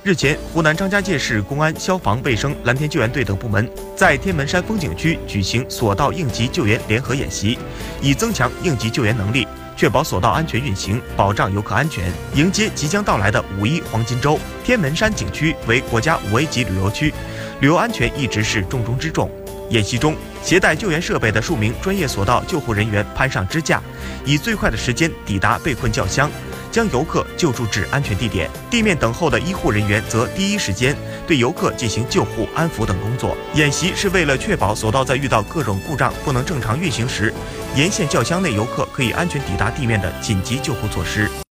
日前，湖南张家界市公安、消防、卫生、蓝天救援队等部门在天门山风景区举行索道应急救援联合演习，以增强应急救援能力，确保索道安全运行，保障游客安全，迎接即将到来的5·1黄金周。天门山景区为国家5A 级旅游区，旅游安全一直是重中之重。演习中，携带救援设备的数名专业索道救护人员攀上支架，以最快的时间抵达被困轿厢，将游客救助至安全地点。地面等候的医护人员则第一时间对游客进行救护、安抚等工作。演习是为了确保索道在遇到各种故障不能正常运行时，沿线轿厢内游客可以安全抵达地面的紧急救护措施。